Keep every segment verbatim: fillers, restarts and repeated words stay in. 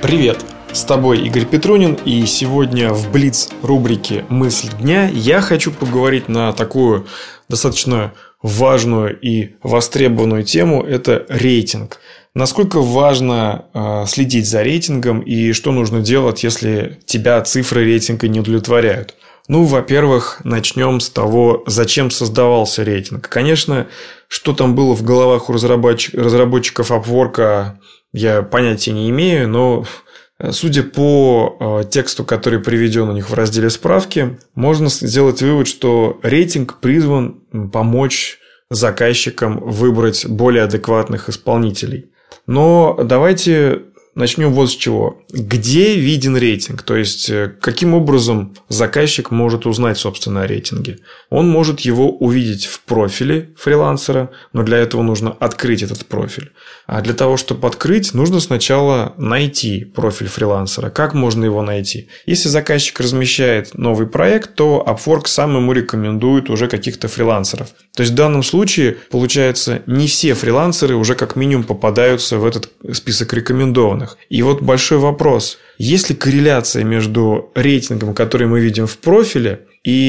Привет! С тобой Игорь Петрунин, и сегодня в Блиц рубрике «Мысль дня» я хочу поговорить на такую достаточно важную и востребованную тему – это рейтинг. Насколько важно э, следить за рейтингом и что нужно делать, если тебя цифры рейтинга не удовлетворяют? Ну, во-первых, начнем с того, зачем создавался рейтинг. Конечно, что там было в головах у разработчик- разработчиков Upwork, я понятия не имею, но судя по тексту, который приведен у них в разделе «Справки», можно сделать вывод, что рейтинг призван помочь заказчикам выбрать более адекватных исполнителей. Но давайте начнем вот с чего. Где виден рейтинг? То есть, каким образом заказчик может узнать, собственно, о рейтинге? Он может его увидеть в профиле фрилансера, но для этого нужно открыть этот профиль. А для того, чтобы открыть, нужно сначала найти профиль фрилансера. Как можно его найти? Если заказчик размещает новый проект, то Upwork сам ему рекомендует уже каких-то фрилансеров. То есть, в данном случае, получается, не все фрилансеры уже как минимум попадаются в этот список рекомендованных. И вот большой вопрос. Есть ли корреляция между рейтингом, который мы видим в профиле,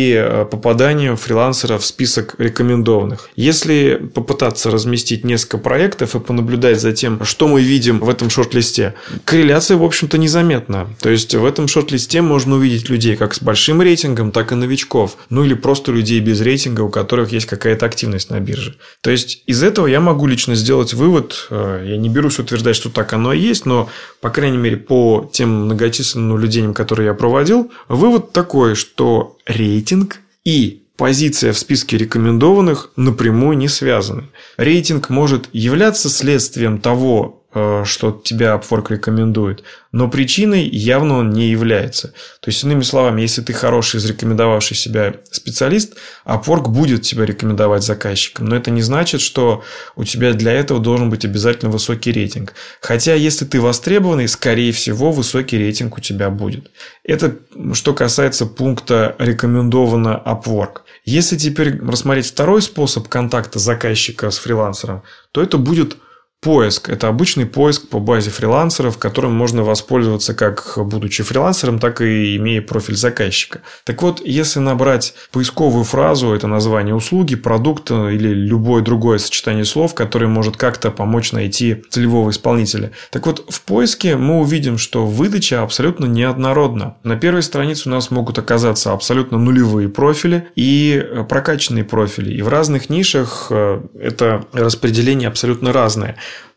и попаданием фрилансера в список рекомендованных? Если попытаться разместить несколько проектов и понаблюдать за тем, что мы видим в этом шорт-листе, корреляция, в общем-то, незаметна. То есть, в этом шорт-листе можно увидеть людей как с большим рейтингом, так и новичков. Ну, или просто людей без рейтинга, у которых есть какая-то активность на бирже. То есть, из этого я могу лично сделать вывод. Я не берусь утверждать, что так оно и есть, но, по крайней мере, по тем многочисленным наблюдениям, которые я проводил, вывод такой, что рейтинг и позиция в списке рекомендованных напрямую не связаны. Рейтинг может являться следствием того, что тебя Upwork рекомендует, но причиной явно он не является. То есть, иными словами, если ты хороший, зарекомендовавший себя специалист, Upwork будет тебя рекомендовать заказчикам. Но это не значит, что у тебя для этого должен быть обязательно высокий рейтинг. Хотя, если ты востребованный, скорее всего, высокий рейтинг у тебя будет. Это что касается пункта «Рекомендовано Upwork». Если теперь рассмотреть второй способ контакта заказчика с фрилансером, то это будет поиск. Это обычный поиск по базе фрилансеров, которым можно воспользоваться как будучи фрилансером, так и имея профиль заказчика. Так вот, если набрать поисковую фразу, это название услуги, продукта или любое другое сочетание слов, которое может как-то помочь найти целевого исполнителя. Так вот, в поиске мы увидим, что выдача абсолютно неоднородна. На первой странице у нас могут оказаться абсолютно нулевые профили и прокачанные профили. И в разных нишах это распределение абсолютно разное.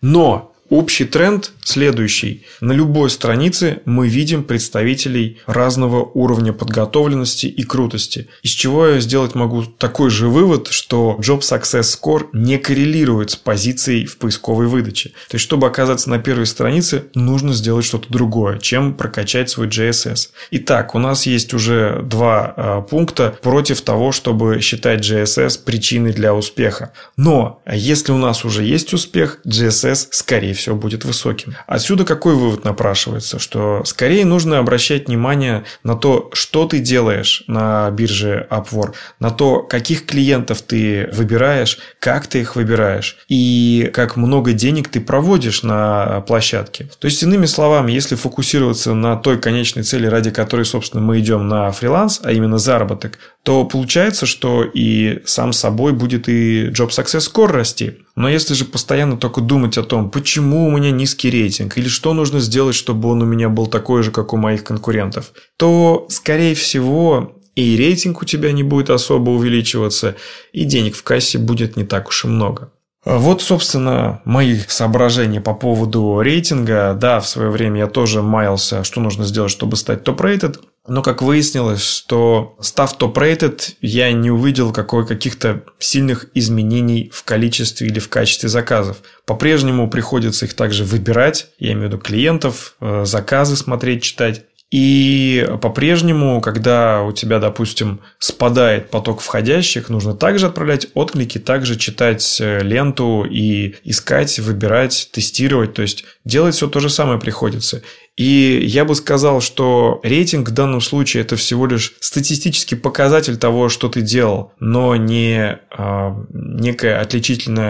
Но общий тренд следующий. На любой странице мы видим представителей разного уровня подготовленности и крутости. Из чего я сделать могу такой же вывод, что Job Success Score не коррелирует с позицией в поисковой выдаче. То есть, чтобы оказаться на первой странице, нужно сделать что-то другое, чем прокачать свой джей эс эс. Итак, у нас есть уже два а, пункта против того, чтобы считать джей эс эс причиной для успеха. Но если у нас уже есть успех, джей эс эс, скорее всего, будет высоким. Отсюда какой вывод напрашивается? Что скорее нужно обращать внимание на то, что ты делаешь на бирже Upwork, на то, каких клиентов ты выбираешь, как ты их выбираешь и как много денег ты проводишь на площадке. То есть, иными словами, если фокусироваться на той конечной цели, ради которой, собственно, мы идем на фриланс, а именно заработок, то получается, что и сам собой будет и Job Success Score расти. Но если же постоянно только думать о том, почему у меня низкий рейтинг, или что нужно сделать, чтобы он у меня был такой же, как у моих конкурентов, то, скорее всего, и рейтинг у тебя не будет особо увеличиваться, и денег в кассе будет не так уж и много. Вот, собственно, мои соображения по поводу рейтинга. Да, в свое время я тоже маялся, что нужно сделать, чтобы стать топ-рейтед. Но, как выяснилось, что став топ-рейтед, я не увидел какой- каких-то сильных изменений в количестве или в качестве заказов. По-прежнему приходится их также выбирать, я имею в виду клиентов, заказы смотреть, читать. И по-прежнему, когда у тебя, допустим, спадает поток входящих, нужно также отправлять отклики, также читать ленту и искать, выбирать, тестировать. То есть, делать все то же самое приходится. И я бы сказал, что рейтинг в данном случае это всего лишь статистический показатель того, что ты делал, но не э, некая отличительная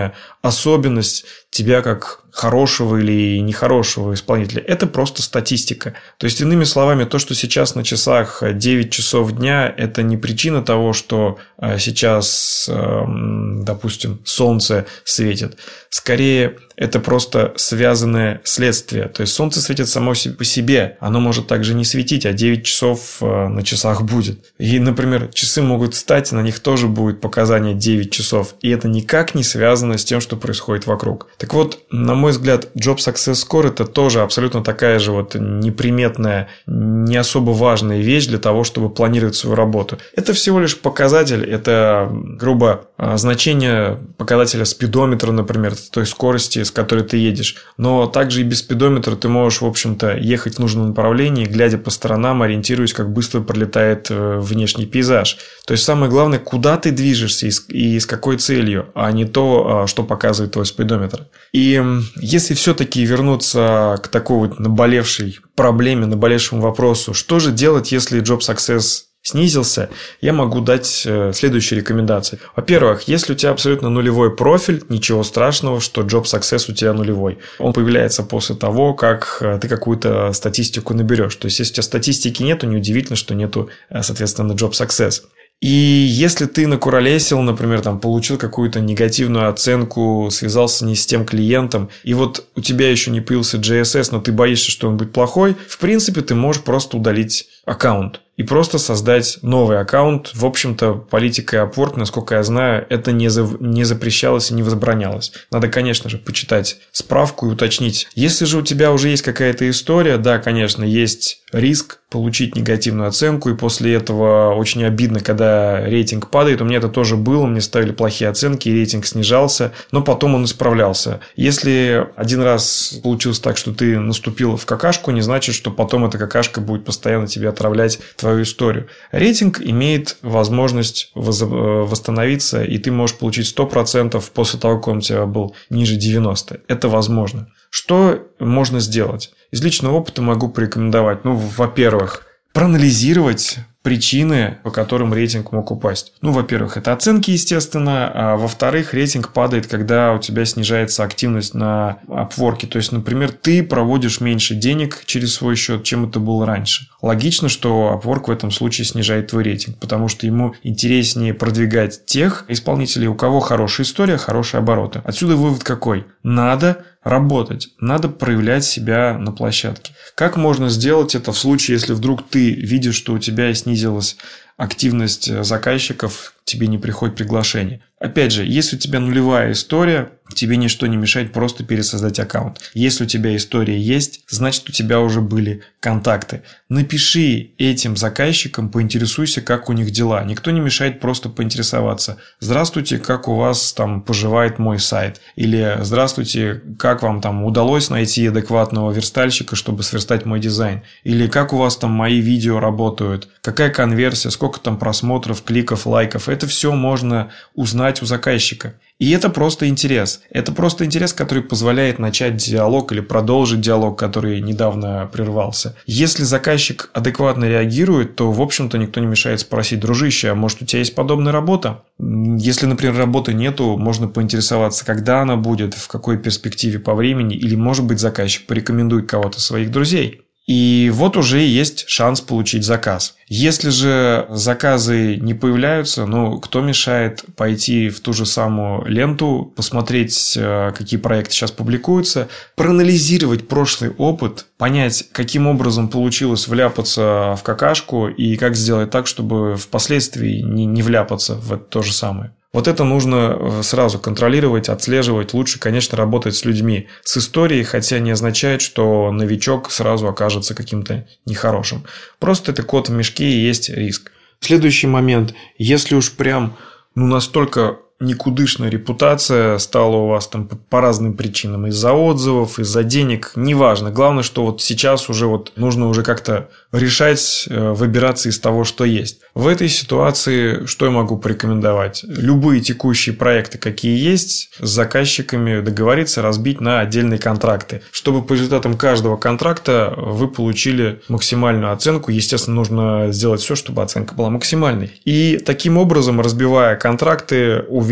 особенность тебя как хорошего или нехорошего исполнителя. Это просто статистика. То есть, иными словами, то, что сейчас на часах девять часов дня, это не причина того, что сейчас, допустим, солнце светит. Скорее, это просто связанное следствие. То есть, солнце светит само по себе. Оно может также не светить, а девять часов на часах будет. И, например, часы могут встать, на них тоже будет показание девять часов. И это никак не связано с тем, что происходит вокруг. Так вот, на мой взгляд, Job Success Score – это тоже абсолютно такая же вот неприметная, не особо важная вещь для того, чтобы планировать свою работу. Это всего лишь показатель, это, грубо, значение показателя спидометра, например, той скорости, с которой ты едешь. Но также и без спидометра ты можешь, в общем-то, ехать в нужном направлении, глядя по сторонам, ориентируясь, как быстро пролетает внешний пейзаж. То есть, самое главное, куда ты движешься и с какой целью, а не то, что показывает твой спидометр. И если все-таки вернуться к такой вот наболевшей проблеме, наболевшему вопросу, что же делать, если Job Success снизился, я могу дать следующие рекомендации. Во-первых, если у тебя абсолютно нулевой профиль, ничего страшного, что Job Success у тебя нулевой. Он появляется после того, как ты какую-то статистику наберешь. То есть, если у тебя статистики нету, неудивительно, что нету, соответственно, Job Success. И если ты накуролесил, например, там, получил какую-то негативную оценку, связался не с тем клиентом, и вот у тебя еще не появился джей эс эс, но ты боишься, что он будет плохой, в принципе, ты можешь просто удалить аккаунт и просто создать новый аккаунт. В общем-то, политикой Upwork, насколько я знаю, это не, за... не запрещалось и не возбранялось. Надо, конечно же, почитать справку и уточнить. Если же у тебя уже есть какая-то история, да, конечно, есть риск получить негативную оценку, и после этого очень обидно, когда рейтинг падает. У меня это тоже было, мне ставили плохие оценки, и рейтинг снижался, но потом он исправлялся. Если один раз получилось так, что ты наступил в какашку, не значит, что потом эта какашка будет постоянно тебе отравлять твою историю. Рейтинг имеет возможность восстановиться, и ты можешь получить сто процентов после того, как он у тебя был ниже девяноста процентов. Это возможно. Что можно сделать? Из личного опыта могу порекомендовать. Ну, во-первых, проанализировать причины, по которым рейтинг мог упасть. Ну, во-первых, это оценки, естественно. А во-вторых, рейтинг падает, когда у тебя снижается активность на Upwork. То есть, например, ты проводишь меньше денег через свой счет, чем это было раньше. Логично, что Upwork в этом случае снижает твой рейтинг, потому что ему интереснее продвигать тех исполнителей, у кого хорошая история, хорошие обороты. Отсюда вывод какой? Надо работать, надо проявлять себя на площадке. Как можно сделать это в случае, если вдруг ты видишь, что у тебя снизилась активность заказчиков, тебе не приходит приглашение? Опять же, если у тебя нулевая история, тебе ничто не мешает просто пересоздать аккаунт. Если у тебя история есть, значит, у тебя уже были контакты. Напиши этим заказчикам, поинтересуйся, как у них дела. Никто не мешает просто поинтересоваться. Здравствуйте, как у вас там поживает мой сайт? Или здравствуйте, как вам там удалось найти адекватного верстальщика, чтобы сверстать мой дизайн? Или как у вас там мои видео работают? Какая конверсия? Сколько там просмотров, кликов, лайков? Это все можно узнать у заказчика. И это просто интерес. Это просто интерес, который позволяет начать диалог или продолжить диалог, который недавно прервался. Если заказчик адекватно реагирует, то, в общем-то, никто не мешает спросить: дружище, а может, у тебя есть подобная работа? Если, например, работы нету, можно поинтересоваться, когда она будет, в какой перспективе по времени, или, может быть, заказчик порекомендует кого-то из своих друзей. И вот уже есть шанс получить заказ. Если же заказы не появляются, ну, кто мешает пойти в ту же самую ленту, посмотреть, какие проекты сейчас публикуются, проанализировать прошлый опыт, понять, каким образом получилось вляпаться в какашку и как сделать так, чтобы впоследствии не, не вляпаться в это то же самое. Вот это нужно сразу контролировать, отслеживать. Лучше, конечно, работать с людьми с историей, хотя не означает, что новичок сразу окажется каким-то нехорошим. Просто это кот в мешке и есть риск. Следующий момент. Если уж прям ну, настолько никудышная репутация стала у вас там по разным причинам, из-за отзывов, из-за денег, неважно. Главное, что вот сейчас уже вот нужно уже как-то решать, выбираться из того, что есть. В этой ситуации что я могу порекомендовать? Любые текущие проекты, какие есть, с заказчиками договориться, разбить на отдельные контракты, чтобы по результатам каждого контракта вы получили максимальную оценку. Естественно, нужно сделать все, чтобы оценка была максимальной. И таким образом, разбивая контракты, увеличивая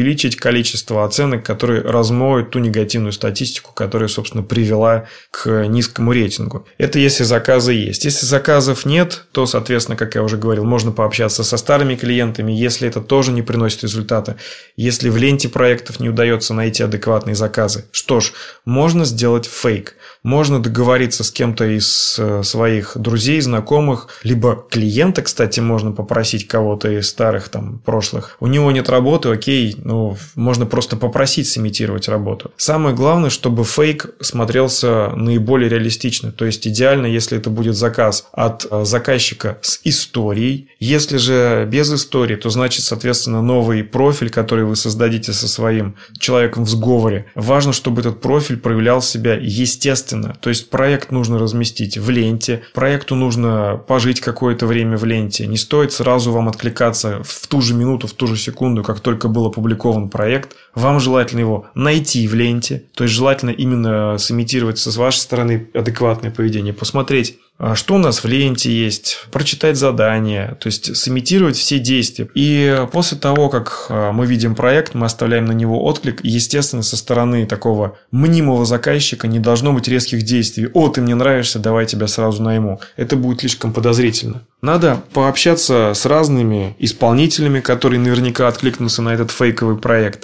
увеличить количество оценок, которые размоют ту негативную статистику, которая, собственно, привела к низкому рейтингу. Это если заказы есть. Если заказов нет, то, соответственно, как я уже говорил, можно пообщаться со старыми клиентами, если это тоже не приносит результата. Если в ленте проектов не удается найти адекватные заказы, что ж, можно сделать фейк. Можно договориться с кем-то из своих друзей, знакомых, либо клиента, кстати, можно попросить кого-то из старых там прошлых. У него нет работы, окей, ну, можно просто попросить сымитировать работу. Самое главное, чтобы фейк смотрелся наиболее реалистично. То есть идеально, если это будет заказ от заказчика с историей. Если же без истории, то значит, соответственно, новый профиль, который вы создадите со своим человеком в сговоре. Важно, чтобы этот профиль проявлял себя естественно. То есть проект нужно разместить в ленте, проекту нужно пожить какое-то время в ленте. Не стоит сразу вам откликаться в ту же минуту, в ту же секунду, как только был опубликован проект. Вам желательно его найти в ленте, то есть желательно именно сымитировать с вашей стороны адекватное поведение, посмотреть, что у нас в ленте есть, прочитать задания, то есть сымитировать все действия. И после того, как мы видим проект, мы оставляем на него отклик, и, естественно, со стороны такого мнимого заказчика не должно быть резких действий. «О, ты мне нравишься, давай тебя сразу найму». Это будет слишком подозрительно. Надо пообщаться с разными исполнителями, которые наверняка откликнутся на этот фейковый проект.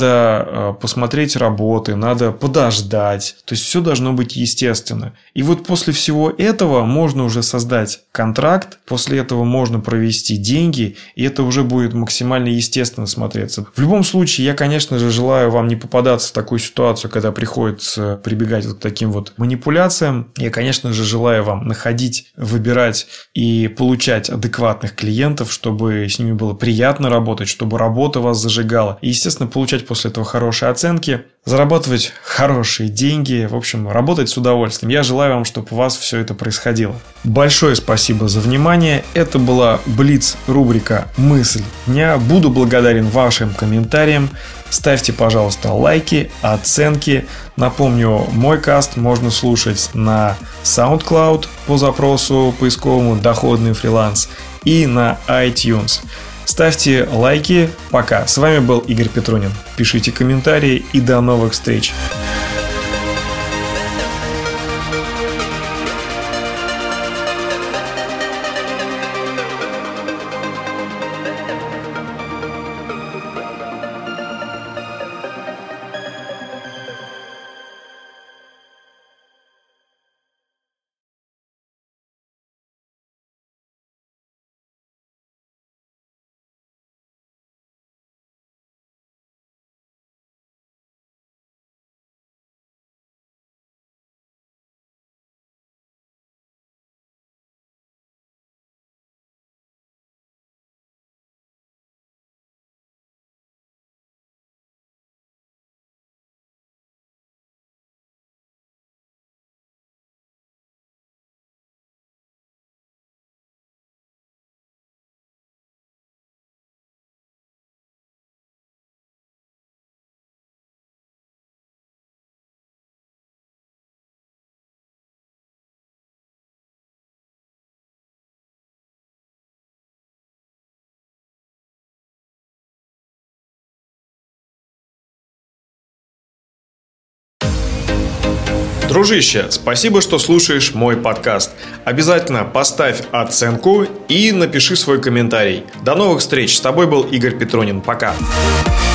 Надо посмотреть работы, надо подождать. То есть все должно быть естественно. И вот после всего этого можно уже создать контракт, после этого можно провести деньги, и это уже будет максимально естественно смотреться. В любом случае, я, конечно же, желаю вам не попадаться в такую ситуацию, когда приходится прибегать вот к таким вот манипуляциям. Я, конечно же, желаю вам находить, выбирать и получать адекватных клиентов, чтобы с ними было приятно работать, чтобы работа вас зажигала. И, естественно, получать после этого хорошие оценки, зарабатывать хорошие деньги, в общем, работать с удовольствием. Я желаю вам, чтобы у вас все это происходило. Большое спасибо за внимание. Это была Блиц-рубрика «Мысль дня». Буду благодарен вашим комментариям. Ставьте, пожалуйста, лайки, оценки. Напомню, мой каст можно слушать на SoundCloud по запросу поисковому «Доходный фриланс» и на iTunes. Ставьте лайки. Пока. С вами был Игорь Петрунин. Пишите комментарии и до новых встреч. Дружище, спасибо, что слушаешь мой подкаст. Обязательно поставь оценку и напиши свой комментарий. До новых встреч. С тобой был Игорь Петрунин. Пока.